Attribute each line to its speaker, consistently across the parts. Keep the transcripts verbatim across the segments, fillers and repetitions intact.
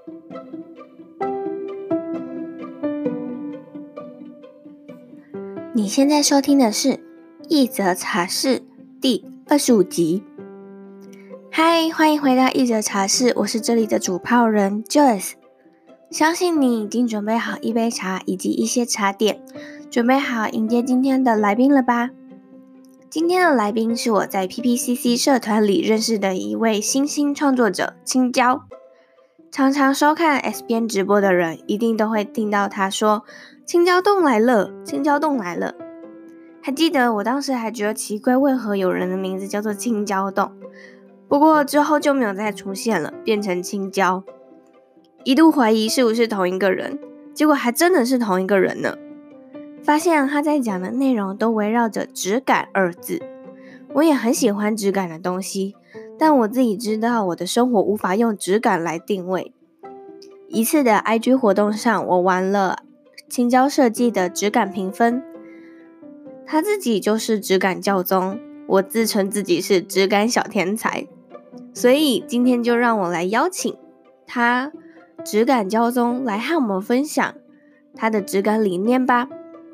Speaker 1: 你现在收听的是一则茶室第二十五集。嗨，欢迎回到一则茶室，我是这里的主炮人 Joyce。 相信你已经准备好一杯茶以及一些茶点，准备好迎接今天的来宾了吧？今天的来宾是我在 P P C C 社团里认识的一位新兴创作者青椒。常常收看 S 边直播的人一定都会听到他说青椒冻来了，青椒冻来了。还记得我当时还觉得奇怪，为何有人的名字叫做青椒冻，不过之后就没有再出现了，变成青椒。一度怀疑是不是同一个人，结果还真的是同一个人呢。发现他在讲的内容都围绕着质感二字。我也很喜欢质感的东西，但我自己知道我的生活无法用质感来定位。一次的 I G 活动上，我玩了青椒设计的质感评分，他自己就是质感教宗，我自称自己是质感小天才，所以今天就让我来邀请他质感教宗来和我们分享他的质感理念吧。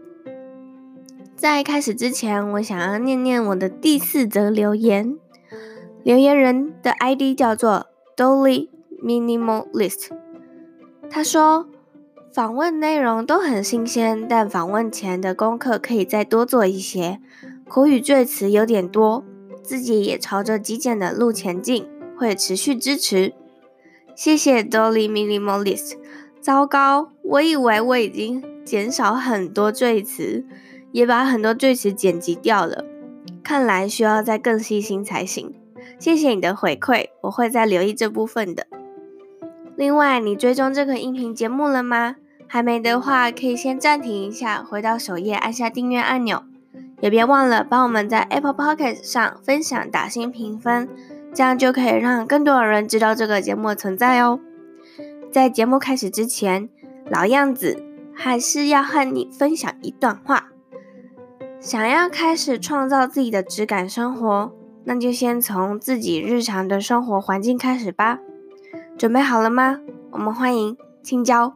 Speaker 1: 在开始之前，我想要念念我的第四则留言。留言人的 I D 叫做 Dolly Minimalist。 他说访问内容都很新鲜，但访问前的功课可以再多做一些，口语赘词有点多，自己也朝着极简的路前进，会持续支持。谢谢 Dolly Minimalist。 糟糕，我以为我已经减少很多赘词，也把很多赘词剪辑掉了，看来需要再更细心才行。谢谢你的回馈，我会再留意这部分的。另外，你追踪这个音频节目了吗？还没的话，可以先暂停一下，回到首页按下订阅按钮，也别忘了帮我们在 Apple Podcast 上分享打星评分，这样就可以让更多的人知道这个节目的存在哦。在节目开始之前，老样子，还是要和你分享一段话。想要开始创造自己的质感生活，那就先从自己日常的生活环境开始吧。准备好了吗？我们欢迎青椒。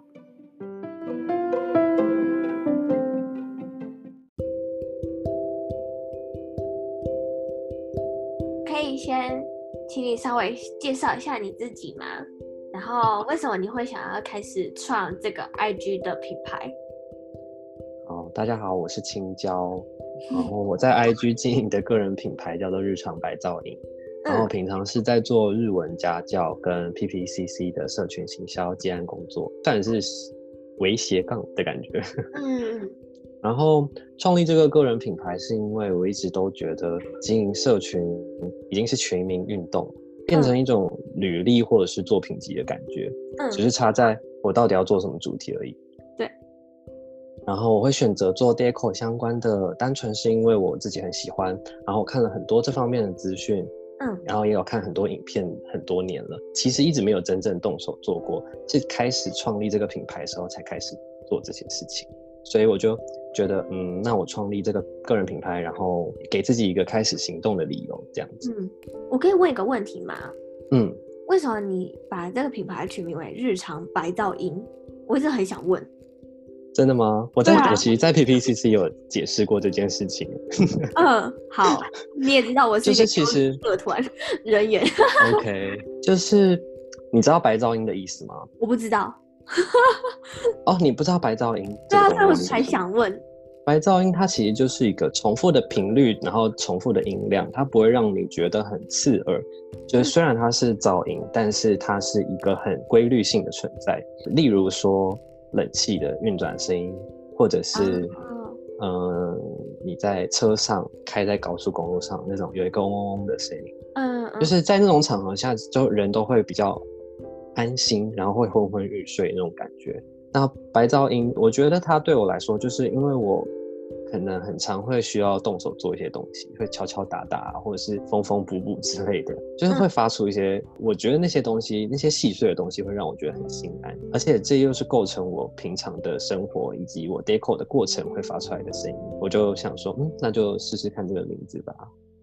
Speaker 1: 可以先请你稍微介绍一下你自己吗？然后为什么你会想要开始创这个 I G 的品牌？
Speaker 2: 好，大家好，我是青椒。然后我在 I G 经营的个人品牌叫做日常白噪音，然后平常是在做日文家教跟 P P C C 的社群行销接案工作，算是微斜杠的感觉。
Speaker 1: 嗯，
Speaker 2: 然后创立这个个人品牌是因为我一直都觉得经营社群已经是全民运动，变成一种履历或者是作品集的感觉，嗯，只是差在我到底要做什么主题而已。
Speaker 1: 对。
Speaker 2: 然后我会选择做 Deco 相关的，单纯是因为我自己很喜欢，然后我看了很多这方面的资讯，嗯，然后也有看很多影片很多年了，其实一直没有真正动手做过，是开始创立这个品牌的时候才开始做这些事情，所以我就觉得，嗯，那我创立这个个人品牌，然后给自己一个开始行动的理由，这样子。
Speaker 1: 嗯，我可以问一个问题吗？
Speaker 2: 嗯，
Speaker 1: 为什么你把这个品牌取名为日常白噪音？我一直很想问。
Speaker 2: 真的吗？我在、啊、我其实在 P P C C 有解释过这件事情。
Speaker 1: 嗯，好，你也知道我是一个
Speaker 2: 其实
Speaker 1: 社团人员。
Speaker 2: OK， 就是你知道白噪音的意思吗？
Speaker 1: 我不知道。
Speaker 2: 哦，你不知道白噪音？
Speaker 1: 对啊，所以我才想问。
Speaker 2: 白噪音它其实就是一个重复的频率，然后重复的音量，它不会让你觉得很刺耳。就是虽然它是噪音，但是它是一个很规律性的存在。例如说冷气的运转声音，或者是、啊呃、你在车上开在高速公路上那种有一个嗡嗡嗡的声音，嗯，就是在那种场合下，就人都会比较安心，然后会昏昏欲睡那种感觉。那白噪音，我觉得它对我来说，就是因为我可能很常会需要动手做一些东西，会敲敲打打，或者是缝缝补补之类的，就是会发出一些、嗯、我觉得那些东西，那些细碎的东西会让我觉得很心安，而且这又是构成我平常的生活以及我 deco 的过程会发出来的声音，我就想说，嗯，那就试试看这个名字吧。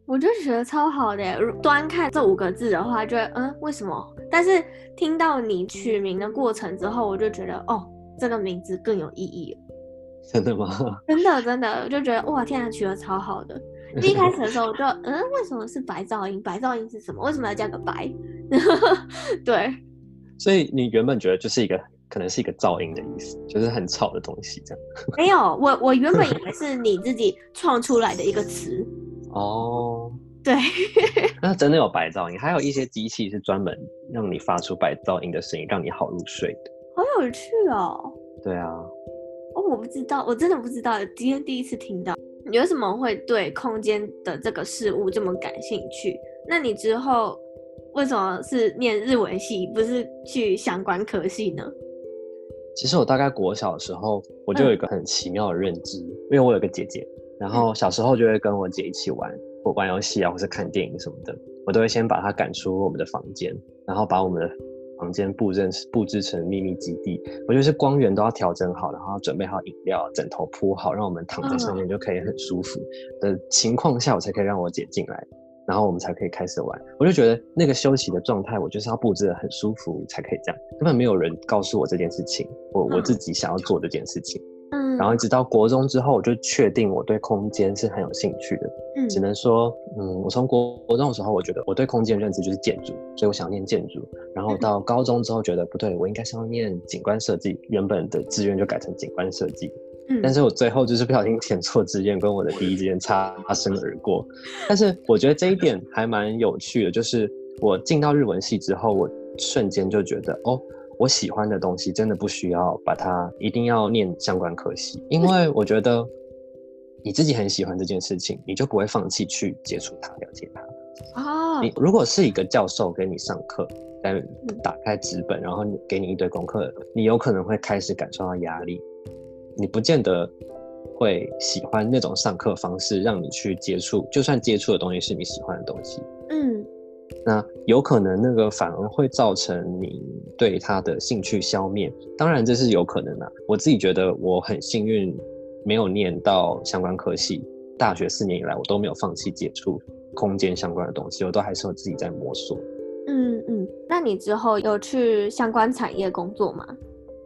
Speaker 1: 我就觉得超好的耶，端看这五个字的话就会嗯为什么，但是听到你取名的过程之后，我就觉得哦这个名字更有意义了。
Speaker 2: 真的吗？
Speaker 1: 真的真的，我就觉得哇天啊，取得超好的。一开始的时候我就嗯为什么是白噪音？白噪音是什么？为什么要加个白？对。
Speaker 2: 所以你原本觉得就是一个可能是一个噪音的意思，就是很吵的东西这样。
Speaker 1: 没有，我我原本以为是你自己创出来的一个词。
Speaker 2: 哦，
Speaker 1: 对。
Speaker 2: 那真的有白噪音，还有一些机器是专门让你发出白噪音的声音，让你好入睡的。
Speaker 1: 好有趣哦。
Speaker 2: 对啊。
Speaker 1: 哦，我不知道，我真的不知道，今天第一次听到。你为什么会对空间的这个事物这么感兴趣？那你之后为什么是念日文系，不是去相关科系呢？
Speaker 2: 其实我大概国小的时候，我就有一个很奇妙的认知，嗯、因为我有个姐姐，然后小时候就会跟我姐一起玩，或玩游戏啊，或是看电影什么的，我都会先把她赶出我们的房间，然后把我们的房间布置布置成秘密基地。我就是光源都要调整好，然后准备好饮料，枕头铺好，让我们躺在上面就可以很舒服的情况下，我才可以让我姐进来。然后我们才可以开始玩。我就觉得那个休息的状态，我就是要布置得很舒服才可以这样。根本没有人告诉我这件事情，我我自己想要做这件事情。嗯，然后一直到国中之后，我就确定我对空间是很有兴趣的。嗯，只能说，嗯，我从国国中的时候，我觉得我对空间认知就是建筑，所以我想念建筑。然后到高中之后，觉得不对，我应该是要念景观设计，原本的志愿就改成景观设计。嗯，但是我最后就是不小心填错志愿，跟我的第一志愿擦身而过。但是我觉得这一点还蛮有趣的，就是我进到日文系之后，我瞬间就觉得，哦，我喜欢的东西真的不需要把它一定要念相关科系，因为我觉得你自己很喜欢这件事情，你就不会放弃去接触它、了解它。哦，你如果是一个教授给你上课，在打开纸本，然后给你一堆功课，你有可能会开始感受到压力。你不见得会喜欢那种上课方式，让你去接触，就算接触的东西是你喜欢的东西，嗯，那有可能那个反而会造成你对他的兴趣消灭。当然这是有可能的，我自己觉得我很幸运，没有念到相关科系，大学四年以来我都没有放弃接触空间相关的东西，我都还是我自己在摸索。
Speaker 1: 嗯嗯，那你之后有去相关产业工作吗？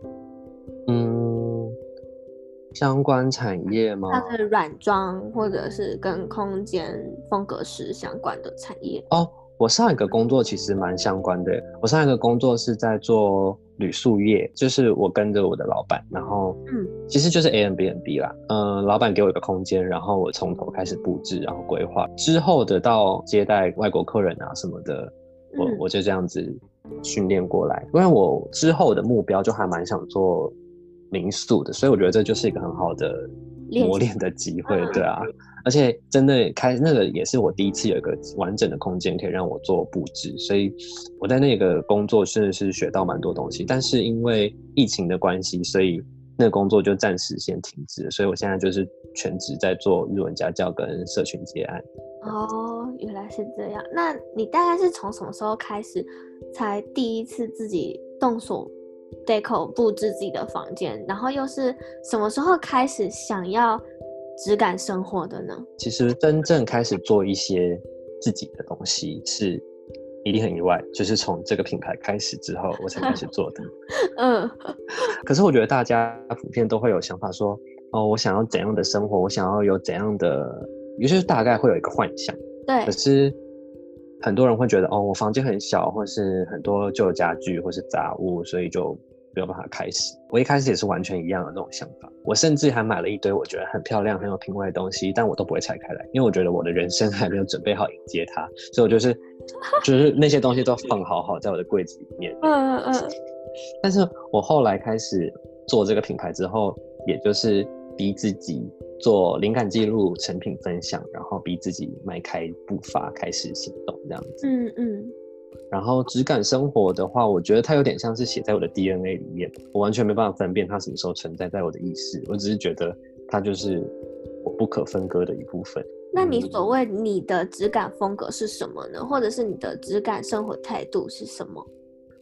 Speaker 2: 嗯，相关产业吗？
Speaker 1: 它是软装或者是跟空间风格师相关的产业。
Speaker 2: 哦，我上一个工作其实蛮相关的。我上一个工作是在做旅宿业，就是我跟着我的老板，然后嗯，其实就是 Airbnb 啦。嗯，老板给我一个空间，然后我从头开始布置，然后规划之后的到接待外国客人啊什么的，我、嗯、我就这样子训练过来。因为我之后的目标就还蛮想做民宿的，所以我觉得这就是一个很好的磨练的机会，对啊，而且真的开那个也是我第一次有一个完整的空间可以让我做布置，所以我在那个工作室是学到蛮多东西，但是因为疫情的关系，所以那个工作就暂时先停止了，所以我现在就是全职在做日文家教跟社群接案。
Speaker 1: 哦，原来是这样。那你大概是从什么时候开始才第一次自己动手deco 布置自己的房间，然后又是什么时候开始想要质感生活的呢？
Speaker 2: 其实真正开始做一些自己的东西是一定很意外，就是从这个品牌开始之后我才开始做的。嗯，可是我觉得大家普遍都会有想法说，哦，我想要怎样的生活，我想要有怎样的，也就是大概会有一个幻想。
Speaker 1: 对，
Speaker 2: 可是很多人会觉得，哦，我房间很小，或是很多旧家具，或是杂物，所以就没有办法开始。我一开始也是完全一样的这种想法，我甚至还买了一堆我觉得很漂亮、很有品味的东西，但我都不会拆开来，因为我觉得我的人生还没有准备好迎接它，所以我就是就是那些东西都放好好在我的柜子里面。嗯嗯嗯。但是我后来开始做这个品牌之后，也就是逼自己做灵感记录、成品分享，然后逼自己迈开步伐开始行动这样子。嗯嗯。然后质感生活的话，我觉得它有点像是写在我的 D N A 里面，我完全没办法分辨它什么时候存在在我的意识，我只是觉得它就是我不可分割的一部分。
Speaker 1: 那你所谓你的质感风格是什么呢？或者是你的质感生活态度是什么？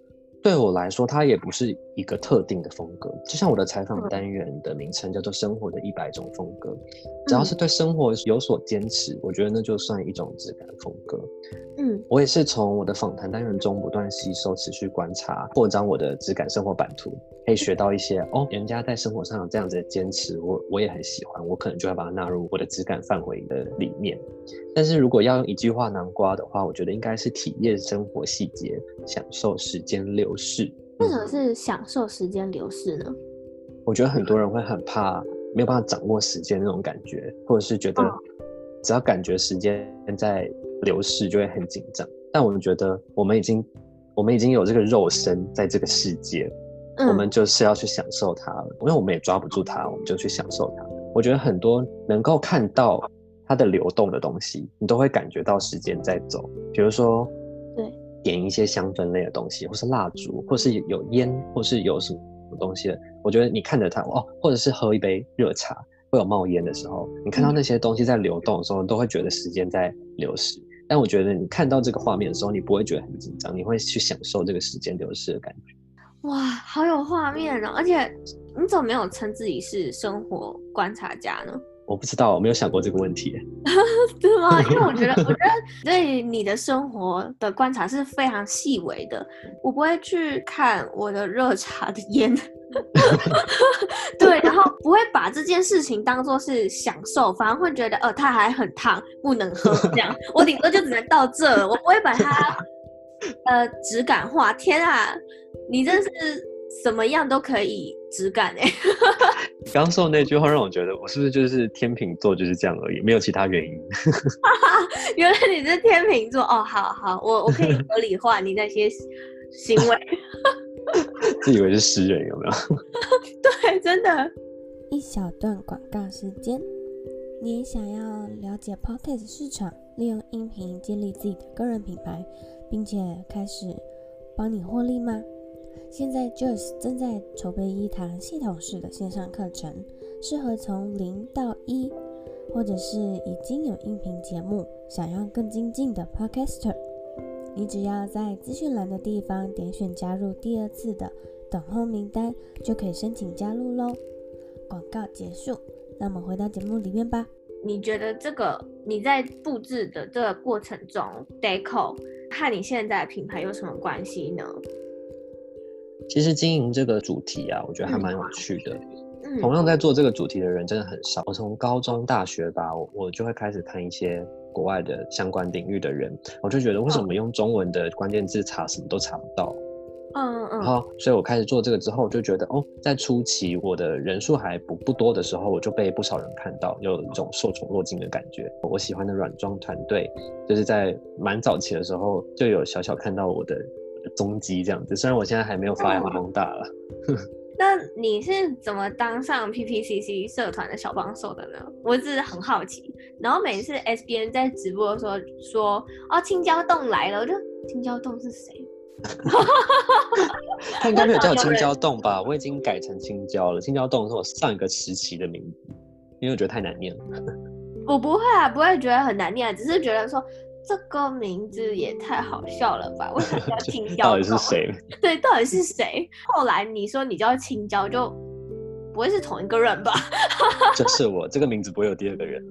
Speaker 2: 对我来说，它也不是一个特定的风格。就像我的采访单元的名称叫做《生活的一百种风格》，只要是对生活有所坚持，我觉得那就算一种质感风格。嗯，我也是从我的访谈单元中不断吸收、持续观察，扩张我的质感生活版图，可以学到一些哦，人家在生活上有这样子的坚持，我我也很喜欢，我可能就会把它纳入我的质感范围的里面。但是如果要用一句话囊括的话，我觉得应该是体验生活细节，享受时间流逝。
Speaker 1: 为什么是享受时间流逝呢？
Speaker 2: 我觉得很多人会很怕没有办法掌握时间那种感觉，或者是觉得只要感觉时间在流逝就会很紧张。但我们觉得我们已经我们已经有这个肉身在这个世界，嗯、我们就是要去享受它了，因为我们也抓不住它，我们就去享受它。我觉得很多能够看到它的流动的东西，你都会感觉到时间在走。比如说，对，点一些香氛类的东西，或是蜡烛，或是有烟，或是有什么东西的，我觉得你看着它哦，或者是喝一杯热茶，会有冒烟的时候，你看到那些东西在流动的时候，你都会觉得时间在流逝。但我觉得你看到这个画面的时候，你不会觉得很紧张，你会去享受这个时间流逝的感觉。
Speaker 1: 哇，好有画面哦！而且你怎么没有称自己是生活观察家呢？
Speaker 2: 我不知道，我没有想过这个问题。
Speaker 1: 对吗？因为我觉得，我觉得对你的生活的观察是非常细微的。我不会去看我的热茶的烟，对，然后不会把这件事情当作是享受，反而会觉得，呃，它还很烫，不能喝这样。我顶多就只能到这了，我不会把它呃质感化。天啊，你真是什么样都可以质感哎、欸！
Speaker 2: 你刚刚说的那句话让我觉得，我是不是就是天秤座就是这样而已，没有其他原因？
Speaker 1: 原来你是天秤座哦，好好，我我可以合理化你那些行为。
Speaker 2: 自以为是诗人有没有？
Speaker 1: 对，真的。
Speaker 3: 一小段广告时间，你也想要了解 Podcast 市场，利用音频建立自己的个人品牌，并且开始帮你获利吗？现在 Joyce 正在筹备一堂系统式的线上课程，适合从零到一，或者是已经有音频节目，想要更精进的 Podcaster。你只要在资讯栏的地方点选加入第二次的等候名单，就可以申请加入咯。广告结束，那我们回到节目里面吧。
Speaker 1: 你觉得这个你在布置的这个过程中 ，deco 和你现在的品牌有什么关系呢？
Speaker 2: 其实经营这个主题啊，我觉得还蛮有趣的。嗯、同样在做这个主题的人真的很少。我从高中、大学吧，我, 我就会开始看一些国外的相关领域的人，我就觉得为什么用中文的关键字查什么都查不到？嗯嗯。然后，所以我开始做这个之后，就觉得哦，在初期我的人数还不不多的时候，我就被不少人看到，有一种受宠若惊的感觉。我喜欢的软装团队，就是在蛮早期的时候就有小小看到我的踪迹这样子，虽然我现在还没有发扬光大了。
Speaker 1: 那你是怎么当上 P P C C 社团的小帮手的呢？我只是很好奇。然后每次 S B N 在直播的时候说哦青椒冻来了，我就青椒冻是谁？
Speaker 2: 他应该没有叫青椒冻吧？我已经改成青椒了。青椒冻是我上一个时期的名字，因为我觉得太难念了。
Speaker 1: 我不会啊，不会觉得很难念，只是觉得说这个名字也太好笑了吧？为什么叫青椒？
Speaker 2: 到底是谁？
Speaker 1: 对，到底是谁？后来你说你叫青椒，就不会是同一个人吧？
Speaker 2: 就是我，这个名字不会有第二个人。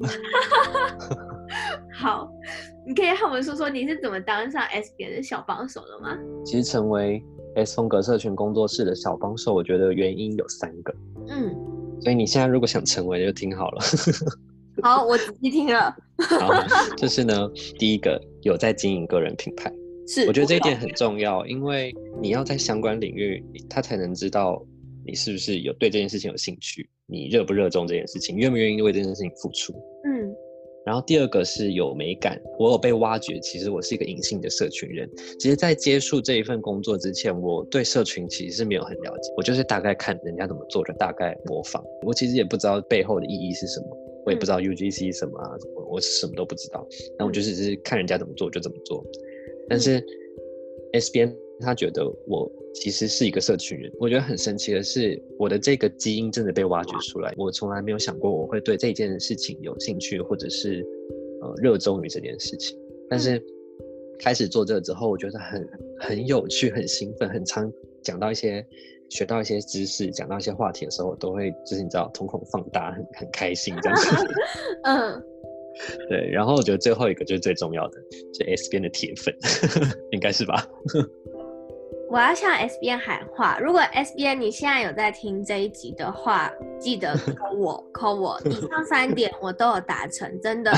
Speaker 1: 好，你可以和我们说说你是怎么当上 S B N 的小帮手的吗？
Speaker 2: 其实成为 S 风格社群工作室的小帮手，我觉得原因有三个。嗯，所以你现在如果想成为，就听好了。
Speaker 1: 好，我仔细听了。
Speaker 2: 好，就是呢，第一个有在经营个人品牌，
Speaker 1: 是，
Speaker 2: 我觉得这一点很重要，因为你要在相关领域，他才能知道你是不是有对这件事情有兴趣，你热不热衷这件事情，愿不愿意为这件事情付出。嗯。然后第二个是有美感，我有被挖掘，其实我是一个隐性的社群人。其实在接触这一份工作之前，我对社群其实是没有很了解，我就是大概看人家怎么做，就大概模仿。我其实也不知道背后的意义是什么，我也不知道 U G C 什么啊，我什么都不知道。那我就只是看人家怎么做就怎么做。但是 S B N 他觉得我其实是一个社群人，我觉得很神奇的是，我的这个基因真的被挖掘出来。我从来没有想过我会对这件事情有兴趣，或者是呃热衷于这件事情。但是开始做这个之后，我觉得很很有趣，很兴奋，很常讲到一些学到一些知识，讲到一些话题的时候，我都会就是你知道瞳孔放大，很很开心这样子。
Speaker 1: 嗯，
Speaker 2: 对，然后我觉得最后一个就是最重要的，就 S 边的铁粉，应该是吧？
Speaker 1: 我要向 S 边喊话，如果 S 边你现在有在听这一集的话，记得call我call我，以上三点我都有达成，真的。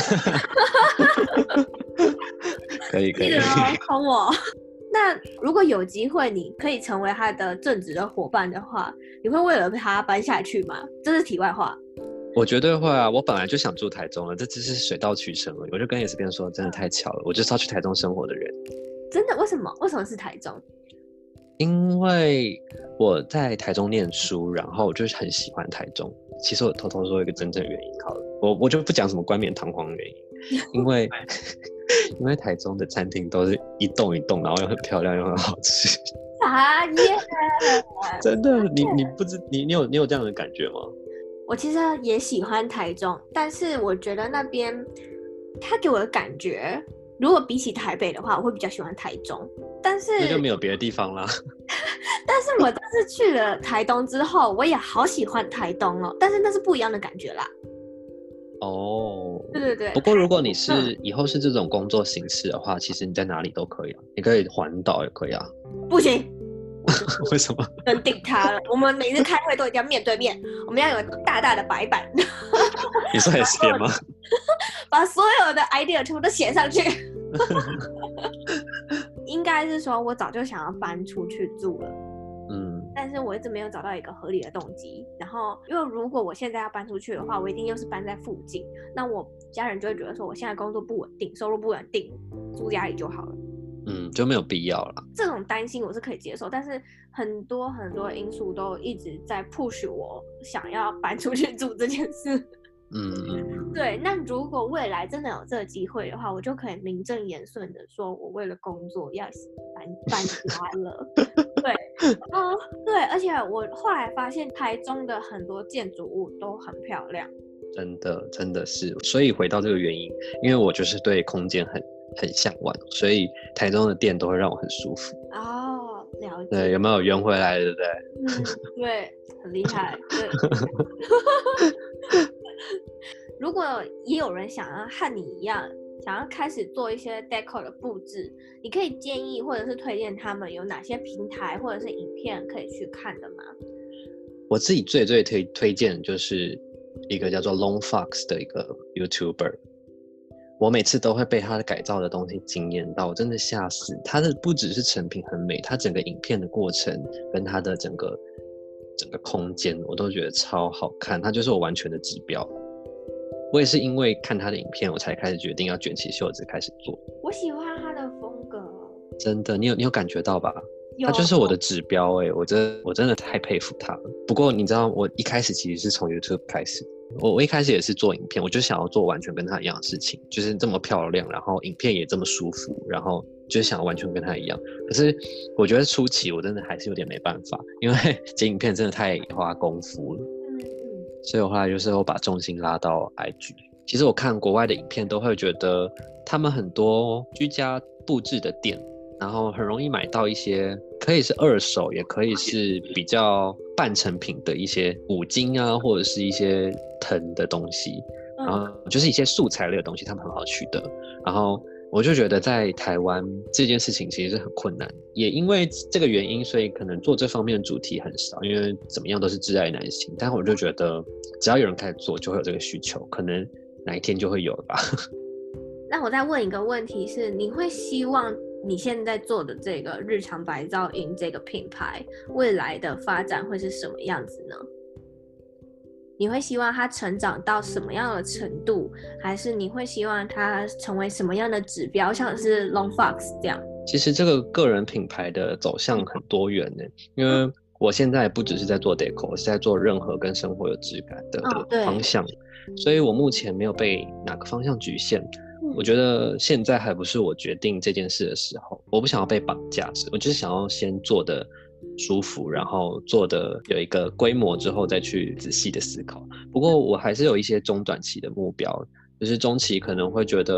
Speaker 2: 可以可以，
Speaker 1: 记得哦call我。那如果有机会你可以成为他的正职的伙伴的话，你会为了他搬下去吗？这是题外话。
Speaker 2: 我绝对会啊！我本来就想住台中了，这只是水到渠成而已。我就跟 S 边说，真的太巧了，我就是要去台中生活的人。
Speaker 1: 真的？为什么？为什么是台中？
Speaker 2: 因为我在台中念书，然后我就是很喜欢台中。其实我偷偷说一个真正原因好了，我我就不讲什么冠冕堂皇的原因，因为因为台中的餐厅都是一栋一栋，然后又很漂亮又很好吃。
Speaker 1: 啊耶！
Speaker 2: 真的，你你不知你你有你有这样的感觉吗？
Speaker 1: 我其实也喜欢台中，但是我觉得那边它给我的感觉，如果比起台北的话，我会比较喜欢台中。但是
Speaker 2: 那就没有别的地方啦。
Speaker 1: 但是我这次去了台东之后，我也好喜欢台东哦。但是那是不一样的感觉啦。
Speaker 2: 哦，
Speaker 1: 对对对。
Speaker 2: 不过如果你是、嗯、以后是这种工作形式的话，其实你在哪里都可以啊，你可以环岛也可以啊。
Speaker 1: 不行。
Speaker 2: 为什么？
Speaker 1: 能顶他了。我们每次开会都一定要面对面，我们要有大大的白板。
Speaker 2: 你说 S 边吗？
Speaker 1: 把所有的 idea 全部都写上去。应该是说我早就想要搬出去住了，嗯，但是我一直没有找到一个合理的动机。然后因为如果我现在要搬出去的话，我一定又是搬在附近，那我家人就会觉得说我现在工作不稳定，收入不稳定，住家里就好了，嗯，
Speaker 2: 就没有必要了。
Speaker 1: 这种担心我是可以接受，但是很多很多因素都一直在 push 我想要搬出去住这件事。嗯嗯，对。那如果未来真的有这个机会的话，我就可以名正言顺的说，我为了工作要搬搬家了。对，哦，对，而且我后来发现台中的很多建筑物都很漂亮。
Speaker 2: 真的，真的是。所以回到这个原因，因为我就是对空间很很向往，所以台中的店都会让我很舒服。
Speaker 1: 哦，了解。
Speaker 2: 对，有没有圆回来，对不对？
Speaker 1: 嗯，对，很厉害。对。如果也有人想要和你一样，想要开始做一些 decor 的布置，你可以建议或者是推荐他们有哪些平台或者是影片可以去看的吗？
Speaker 2: 我自己最最推推荐就是一个叫做 Long Fox 的一个 YouTuber， 我每次都会被他的改造的东西惊艳到，我真的吓死。他的不只是成品很美，他整个影片的过程跟他的整个整个空间我都觉得超好看，他就是我完全的指标。我也是因为看他的影片，我才开始决定要卷起袖子开始做。
Speaker 1: 我喜欢他的风格，
Speaker 2: 真的，你有你有感觉到吧？他就是我的指标哎、欸，我真我真的太佩服他了。不过你知道，我一开始其实是从 YouTube 开始，我我一开始也是做影片，我就想要做完全跟他一样的事情，就是这么漂亮，然后影片也这么舒服，然后就是想要完全跟他一样。可是我觉得初期我真的还是有点没办法，因为剪影片真的太花功夫了。所以我后来就是我把重心拉到 I G。 其实我看国外的影片都会觉得他们很多居家布置的店，然后很容易买到一些可以是二手也可以是比较半成品的一些五金啊，或者是一些藤的东西，然后就是一些素材类的东西他们很好取得。然后我就觉得在台湾这件事情其实是很困难，也因为这个原因，所以可能做这方面的主题很少，因为怎么样都是挚爱难行。但我就觉得只要有人开始做，就会有这个需求，可能哪一天就会有了吧。
Speaker 1: 那我再问一个问题是，你会希望你现在做的这个日常白噪音这个品牌未来的发展会是什么样子呢？你会希望它成长到什么样的程度，还是你会希望它成为什么样的指标，像是 Long Fox 这样？
Speaker 2: 其实这个个人品牌的走向很多元的，因为我现在不只是在做 deco， 我是在做任何跟生活有质感的方向，哦，所以我目前没有被哪个方向局限。嗯，我觉得现在还不是我决定这件事的时候，我不想要被绑架，我就是想要先做的舒服，然后做的有一个规模之后再去仔细的思考。不过我还是有一些中短期的目标，就是中期可能会觉得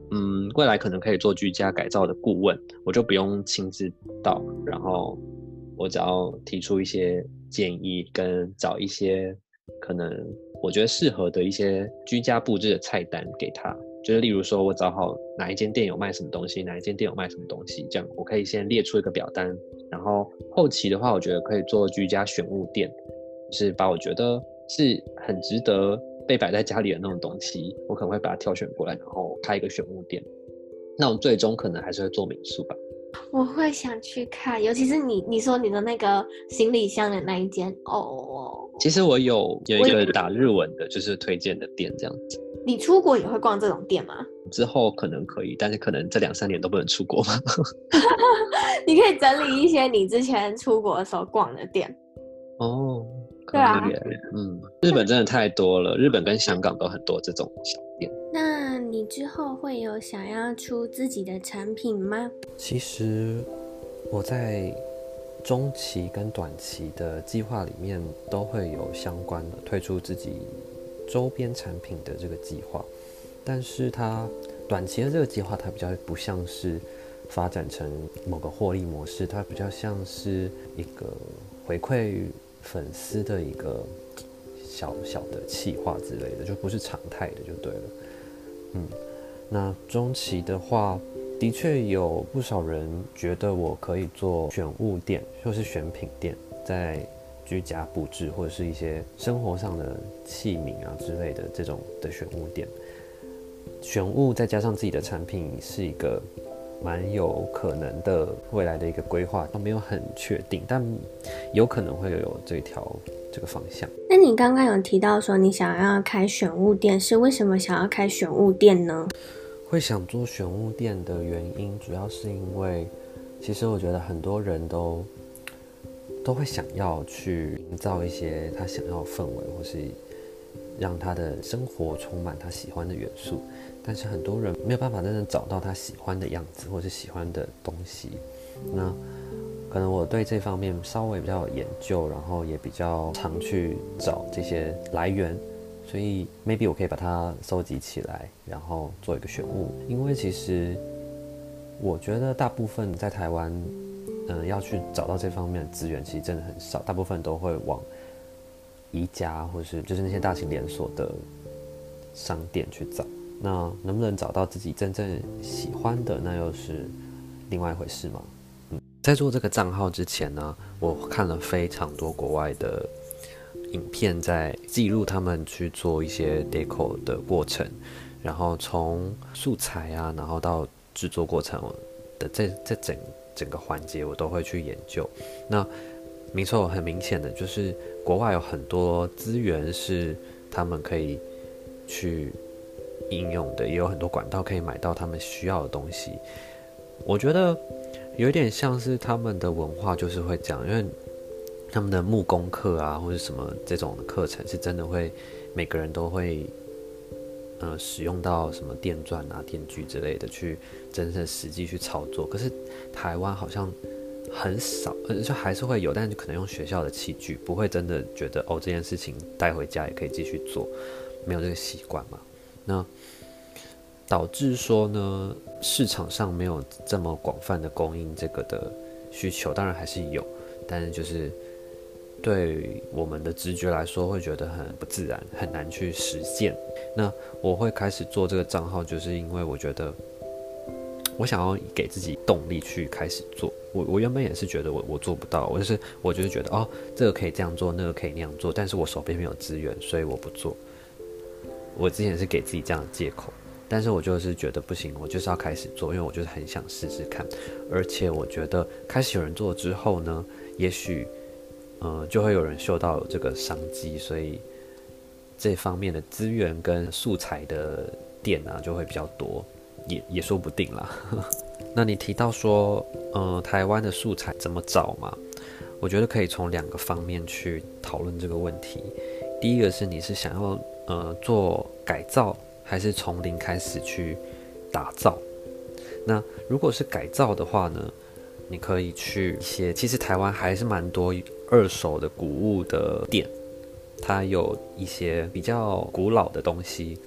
Speaker 2: 嗯，未来可能可以做居家改造的顾问，我就不用亲自到，然后我只要提出一些建议，跟找一些可能我觉得适合的一些居家布置的菜单给他。就是例如说我找好哪一间店有卖什么东西，哪一间店有卖什么东西，这样我可以先列出一个表单。然后后期的话，我觉得可以做居家选物店，就是把我觉得是很值得被摆在家里的那种东西，我可能会把它挑选过来，然后开一个选物店。那我最终可能还是会做民宿吧。
Speaker 1: 我会想去看，尤其是你你说你的那个行李箱的那一间哦。
Speaker 2: 其实我有有一个打日文的，就是推荐的店这样子。
Speaker 1: 你出国也会逛这种店吗？
Speaker 2: 之后可能可以，但是可能这两三年都不能出国嘛。
Speaker 1: 你可以整理一些你之前出国的时候逛的店。
Speaker 2: 哦，可以耶。对啊，嗯，日本真的太多了，日本跟香港都很多这种小店。
Speaker 1: 那你之后会有想要出自己的产品吗？
Speaker 4: 其实我在中期跟短期的计划里面都会有相关的推出自己周边产品的这个计划，但是它短期的这个计划它比较不像是发展成某个获利模式，它比较像是一个回馈粉丝的一个小小的企划之类的，就不是常态的就对了。嗯，那中期的话，的确有不少人觉得我可以做选物店，或是选品店，在居家布置或者是一些生活上的器皿啊之类的这种的选物店。选物再加上自己的产品，是一个蛮有可能的未来的一个规划，都没有很确定，但有可能会有这条这个方向。
Speaker 1: 那你刚刚有提到说你想要开选物店，是为什么想要开选物店呢？
Speaker 4: 会想做选物店的原因，主要是因为其实我觉得很多人都都会想要去营造一些他想要的氛围，或是让他的生活充满他喜欢的元素，但是很多人没有办法真正找到他喜欢的样子或是喜欢的东西。那可能我对这方面稍微比较有研究，然后也比较常去找这些来源，所以 maybe 我可以把它收集起来，然后做一个选物。因为其实我觉得大部分在台湾，嗯，要去找到这方面的资源，其实真的很少，大部分都会往宜家或是就是那些大型连锁的商店去找。那能不能找到自己真正喜欢的，那又是另外一回事嘛。嗯，在做这个账号之前呢，我看了非常多国外的影片，在记录他们去做一些 deco 的过程，然后从素材啊，然后到制作过程的这这整整个环节，我都会去研究。那没错，很明显的就是国外有很多资源是他们可以去应用的，也有很多管道可以买到他们需要的东西。我觉得有一点像是他们的文化就是会这样，因为他们的木工课啊，或者什么这种课程是真的会每个人都会呃使用到什么电钻啊、电锯之类的去真正实际去操作。可是台湾好像很少，呃，就还是会有，但是可能用学校的器具，不会真的觉得哦这件事情带回家也可以继续做，没有这个习惯嘛。那导致说呢，市场上没有这么广泛的供应这个的需求，当然还是有，但是就是对我们的直觉来说，会觉得很不自然，很难去实践。那我会开始做这个账号，就是因为我觉得我想要给自己动力去开始做。我我原本也是觉得我我做不到，我就是我就是觉得哦，这个可以这样做，那个可以那样做，但是我手边没有资源，所以我不做。我之前是给自己这样的借口，但是我就是觉得不行，我就是要开始做，因为我就是很想试试看。而且我觉得开始有人做之后呢，也许呃就会有人嗅到有这个商机，所以这方面的资源跟素材的店啊就会比较多，也也说不定啦。那你提到说，呃，台湾的素材怎么找嘛？我觉得可以从两个方面去讨论这个问题。第一个是你是想要呃做改造，还是从零开始去打造？那如果是改造的话呢，你可以去一些，其实台湾还是蛮多二手的古物的店，它有一些比较古老的东西，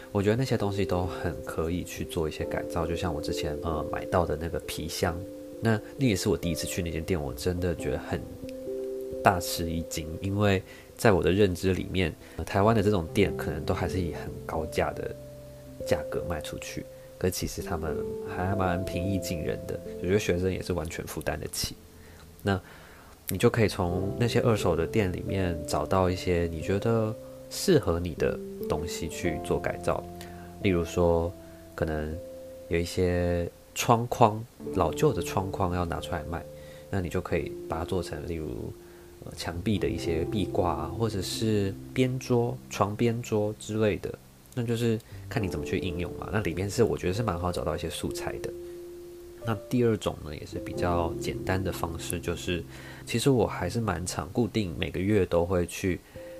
Speaker 4: 我觉得那些东西都很可以去做一些改造，就像我之前呃买到的那个皮箱，那那也是我第一次去那间店，我真的觉得很大吃一惊，因为在我的认知里面，呃、台湾的这种店可能都还是以很高价的价格卖出去，可其实他们还蛮平易近人的，我觉得学生也是完全负担得起。那你就可以从那些二手的店里面找到一些你觉得适合你的东西去做改造，例如说可能有一些窗框，老旧的窗框要拿出来卖，那你就可以把它做成例如呃墙壁的一些壁挂啊，或者是边桌、床边桌之类的，那就是看你怎么去应用嘛。那里面是我觉得是蛮好找到一些素材的。那第二种呢，也是比较简单的方式，就是其实我还是蛮常固定每个月都会去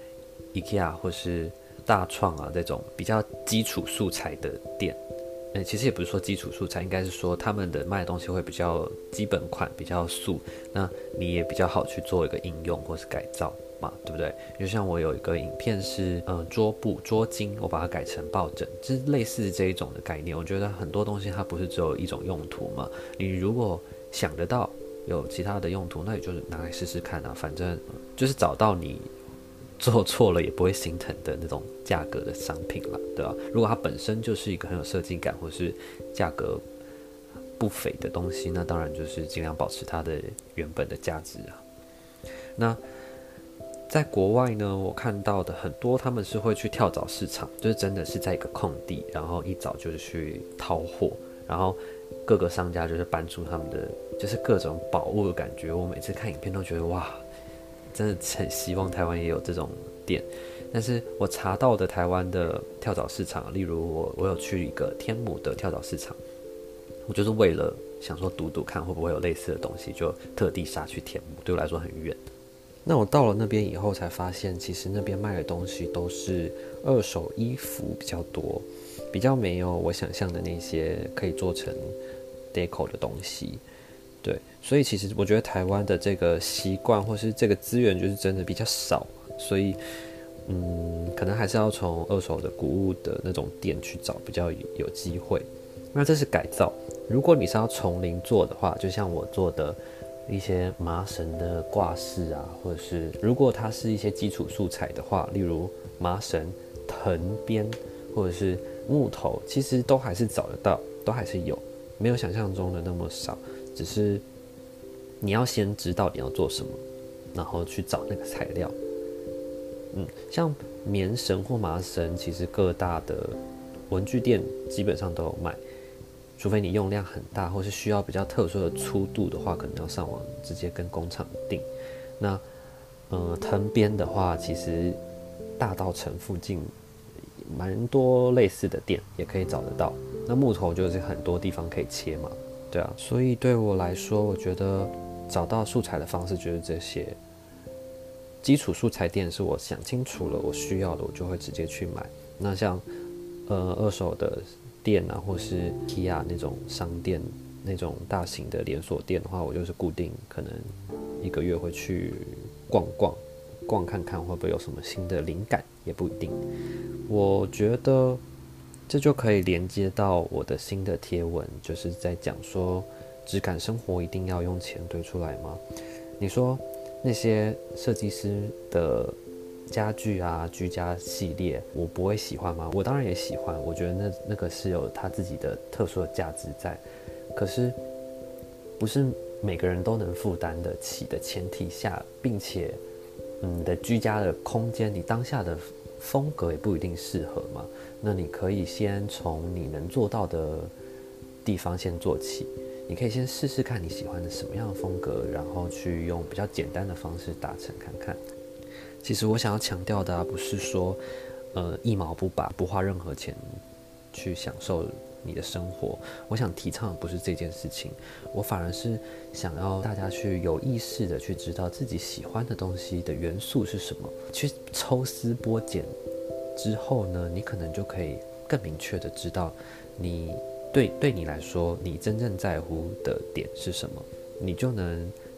Speaker 4: IKEA 或是大创啊这种比较基础素材的店。嗯，其实也不是说基础素材，应该是说他们的卖的东西会比较基本款，比较素，那你也比较好去做一个应用或是改造嘛，对不对？就像我有一个影片是，嗯，桌布、桌巾，我把它改成抱枕，就是类似这一种的概念。我觉得很多东西它不是只有一种用途嘛，你如果想得到有其他的用途，那也就是拿来试试看啊，反正就是找到你做错了也不会心疼的那种价格的商品啦，对吧？如果它本身就是一个很有设计感或是价格不菲的东西，那当然就是尽量保持它的原本的价值啊。那在国外呢，我看到的很多他们是会去跳蚤市场，就是真的是在一个空地，然后一早就是去掏货，然后各个商家就是搬出他们的就是各种宝物的感觉。我每次看影片都觉得哇，真的很希望台湾也有这种店。但是我查到的台湾的跳蚤市场，例如我我有去一个天母的跳蚤市场，我就是为了想说赌赌看会不会有类似的东西，就特地杀去天母，对我来说很远。那我到了那边以后才发现，其实那边卖的东西都是二手衣服比较多，比较没有我想象的那些可以做成 deco 的东西。对，所以其实我觉得台湾的这个习惯或是这个资源就是真的比较少，所以嗯，可能还是要从二手的古物的那种店去找比较有机会。那这是改造，如果你是要从零做的话，就像我做的一些麻绳的挂饰啊，或者是如果它是一些基础素材的话，例如麻绳、藤编或者是木头，其实都还是找得到，都还是有，没有想象中的那么少。只是你要先知道你要做什么，然后去找那个材料。嗯，像棉绳或麻绳，其实各大的文具店基本上都有卖。除非你用量很大，或是需要比较特殊的粗度的话，可能要上网直接跟工厂订。那呃，藤编的话，其实大稻埕附近蛮多类似的店也可以找得到。那木头就是很多地方可以切嘛，对啊。所以对我来说，我觉得找到素材的方式就是这些。基础素材店是我想清楚了我需要的，我就会直接去买。那像呃二手的店啊，或是 IKEA 那种商店，那种大型的连锁店的话，我就是固定可能一个月会去逛逛，逛看看会不会有什么新的灵感，也不一定。我觉得这就可以连接到我的新的贴文，就是在讲说，质感生活一定要用钱堆出来吗？你说那些设计师的家具啊，居家系列，我不会喜欢吗？我当然也喜欢，我觉得那那个是有他自己的特殊的价值在。可是不是每个人都能负担得起的前提下，并且你的居家的空间，你当下的风格也不一定适合嘛。那你可以先从你能做到的地方先做起。你可以先试试看你喜欢的什么样的风格，然后去用比较简单的方式达成看看。其实我想要强调的啊，不是说，呃，一毛不拔，不花任何钱去享受你的生活。我想提倡的不是这件事情，我反而是想要大家去有意识的去知道自己喜欢的东西的元素是什么，去抽丝剥茧之后呢，你可能就可以更明确的知道你对对你来说，你真正在乎的点是什么，你就能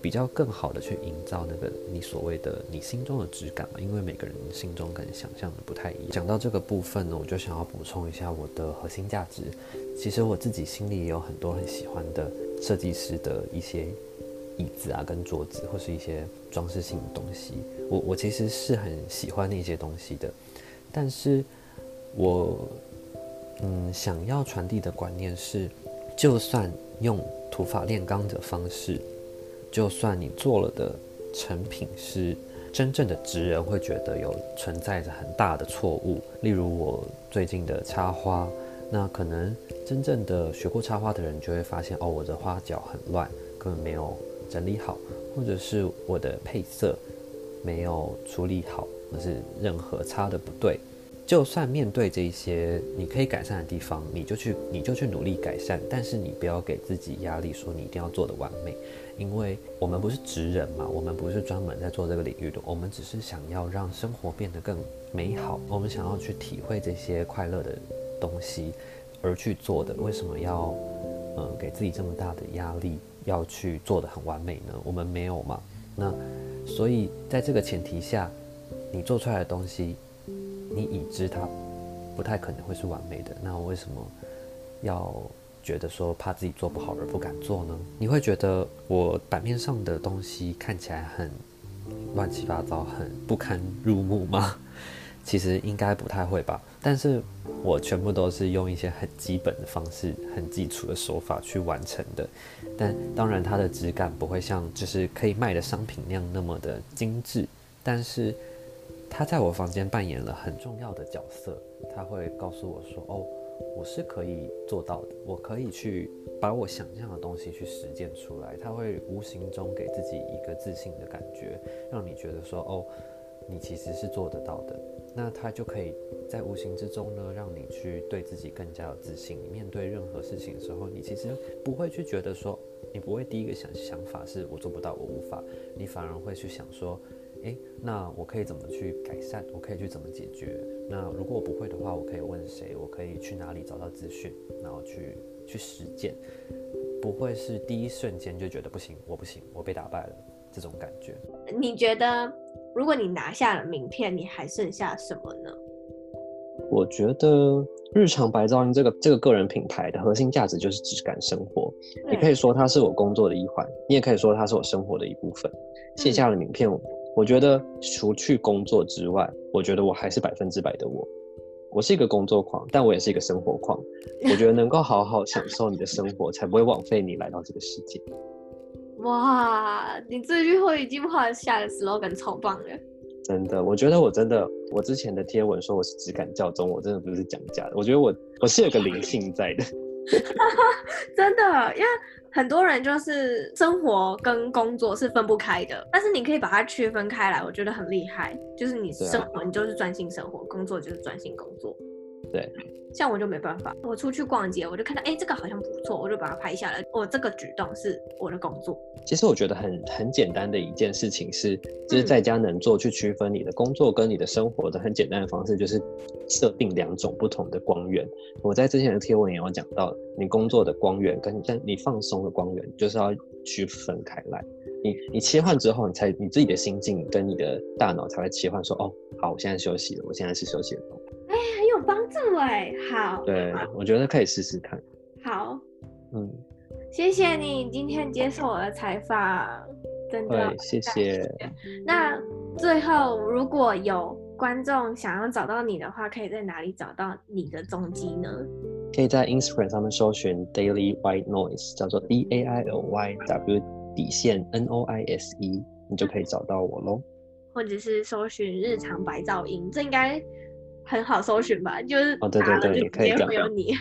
Speaker 4: 比较更好的去营造那个你所谓的你心中的质感嘛，因为每个人心中可能想象的不太一样。讲到这个部分呢，我就想要补充一下我的核心价值。其实我自己心里也有很多很喜欢的设计师的一些椅子啊跟桌子，或是一些装饰性的东西，我我其实是很喜欢那些东西的，但是我嗯想要传递的观念是，就算用土法炼钢的方式，就算你做了的成品是真正的职人会觉得有存在着很大的错误，例如我最近的插花，那可能真正的学过插花的人就会发现，哦，我的花脚很乱，根本没有整理好，或者是我的配色没有处理好，或是任何擦的不对。就算面对这一些你可以改善的地方，你就去你就去努力改善，但是你不要给自己压力，说你一定要做得完美，因为我们不是职人嘛，我们不是专门在做这个领域的，我们只是想要让生活变得更美好，我们想要去体会这些快乐的东西而去做的。为什么要呃给自己这么大的压力，要去做得很完美呢？我们没有嘛。那所以在这个前提下，你做出来的东西，你已知它不太可能会是完美的，那我为什么要觉得说怕自己做不好而不敢做呢？你会觉得我版面上的东西看起来很乱七八糟，很不堪入目吗？其实应该不太会吧，但是我全部都是用一些很基本的方式，很基础的手法去完成的，但当然它的质感不会像就是可以卖的商品那样那么的精致，但是他在我房间扮演了很重要的角色，他会告诉我说，哦，我是可以做到的，我可以去把我想象的东西去实践出来，他会无形中给自己一个自信的感觉，让你觉得说，哦，你其实是做得到的。那他就可以在无形之中呢，让你去对自己更加有自信。你面对任何事情的时候，你其实不会去觉得说，你不会第一个想想法是我做不到，我无法，你反而会去想说，诶，那我可以怎么去改善？我可以去怎么解决？那如果我不会的话，我可以问谁？我可以去哪里找到资讯？然后去去实践，不会是第一瞬间就觉得不行，我不行，我被打败了这种感觉。
Speaker 1: 你觉得，如果你拿下了名片，你还剩下什么呢？
Speaker 2: 我觉得日常白噪音这个这个个人品牌的核心价值就是质感生活。你可以说它是我工作的一环，你也可以说它是我生活的一部分。卸下了名片，我觉得除去工作之外，我觉得我还是百分之百的我。我是一个工作狂，但我也是一个生活狂。我觉得能够好好享受你的生活，才不会枉费你来到这个世界。
Speaker 1: 哇，你这句后一句话下的 slogan 超棒的。
Speaker 2: 真的，我觉得我真的，我之前的贴文说我是质感教宗，我真的不是讲假的。我觉得我我是有个灵性在的。
Speaker 1: 真的，因为很多人就是生活跟工作是分不开的，但是你可以把它区分开来，我觉得很厉害。就是你生活，你就是专心生活，工作就是专心工作。
Speaker 2: 对，
Speaker 1: 像我就没办法，我出去逛街，我就看到，哎、欸，这个好像不错，我就把它拍下来。我这个举动是我的工作。
Speaker 2: 其实我觉得很很简单的一件事情是，就是在家能做去区分你的工作跟你的生活的很简单的方式，就是设定两种不同的光源。我在之前的贴文也有讲到，你工作的光源跟你放松的光源，就是要区分开来。你你切换之后，你才你自己的心境跟你的大脑才会切换说，哦，好，我现在休息了，我现在是休息的状态。
Speaker 1: 哎、欸，很有帮助哎，好。
Speaker 2: 对，我觉得可以试试看。
Speaker 1: 好，
Speaker 2: 嗯，
Speaker 1: 谢谢你今天接受我的采访，真的。
Speaker 2: 对，谢谢。
Speaker 1: 那最后，如果有观众想要找到你的话，可以在哪里找到你的踪迹呢？
Speaker 2: 可以在 Instagram 上面搜寻 Daily White Noise， 叫做 D A I L Y W 底线 N O I S E， 你就可以找到我咯。
Speaker 1: 或者是搜寻日常白噪音，这应该很好搜寻吧？就是
Speaker 2: 哦，对对对，也可以这样。
Speaker 1: 会有你。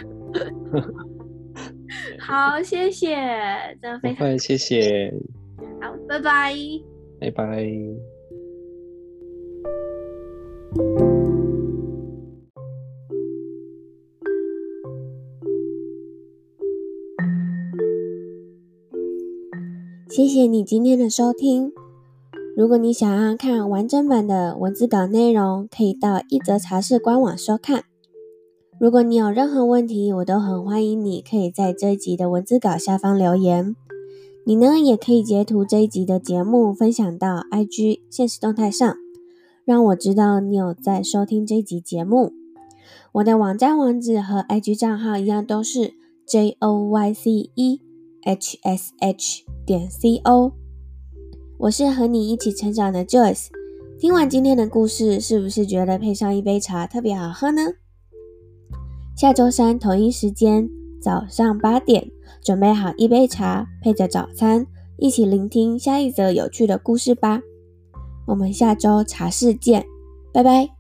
Speaker 1: 好，谢谢，真的非常
Speaker 2: 不会，谢谢。
Speaker 1: 好，拜拜，
Speaker 2: 拜拜。
Speaker 3: 谢谢你今天的收听。如果你想要看完整版的文字稿内容，可以到一则茶室官网收看。如果你有任何问题，我都很欢迎你可以在这一集的文字稿下方留言。 你呢也可以截图这一集的节目分享到 I G 限时动态上，让我知道你有在收听这一集节目。我的网站网址和 I G 账号一样，都是 J O Y C E H S H 点 C O。 我是和你一起成长的 Joyce。 听完今天的故事，是不是觉得配上一杯茶特别好喝呢？下周三同一时间早上八点，准备好一杯茶，配着早餐，一起聆听下一则有趣的故事吧。我们下周茶室见，拜拜。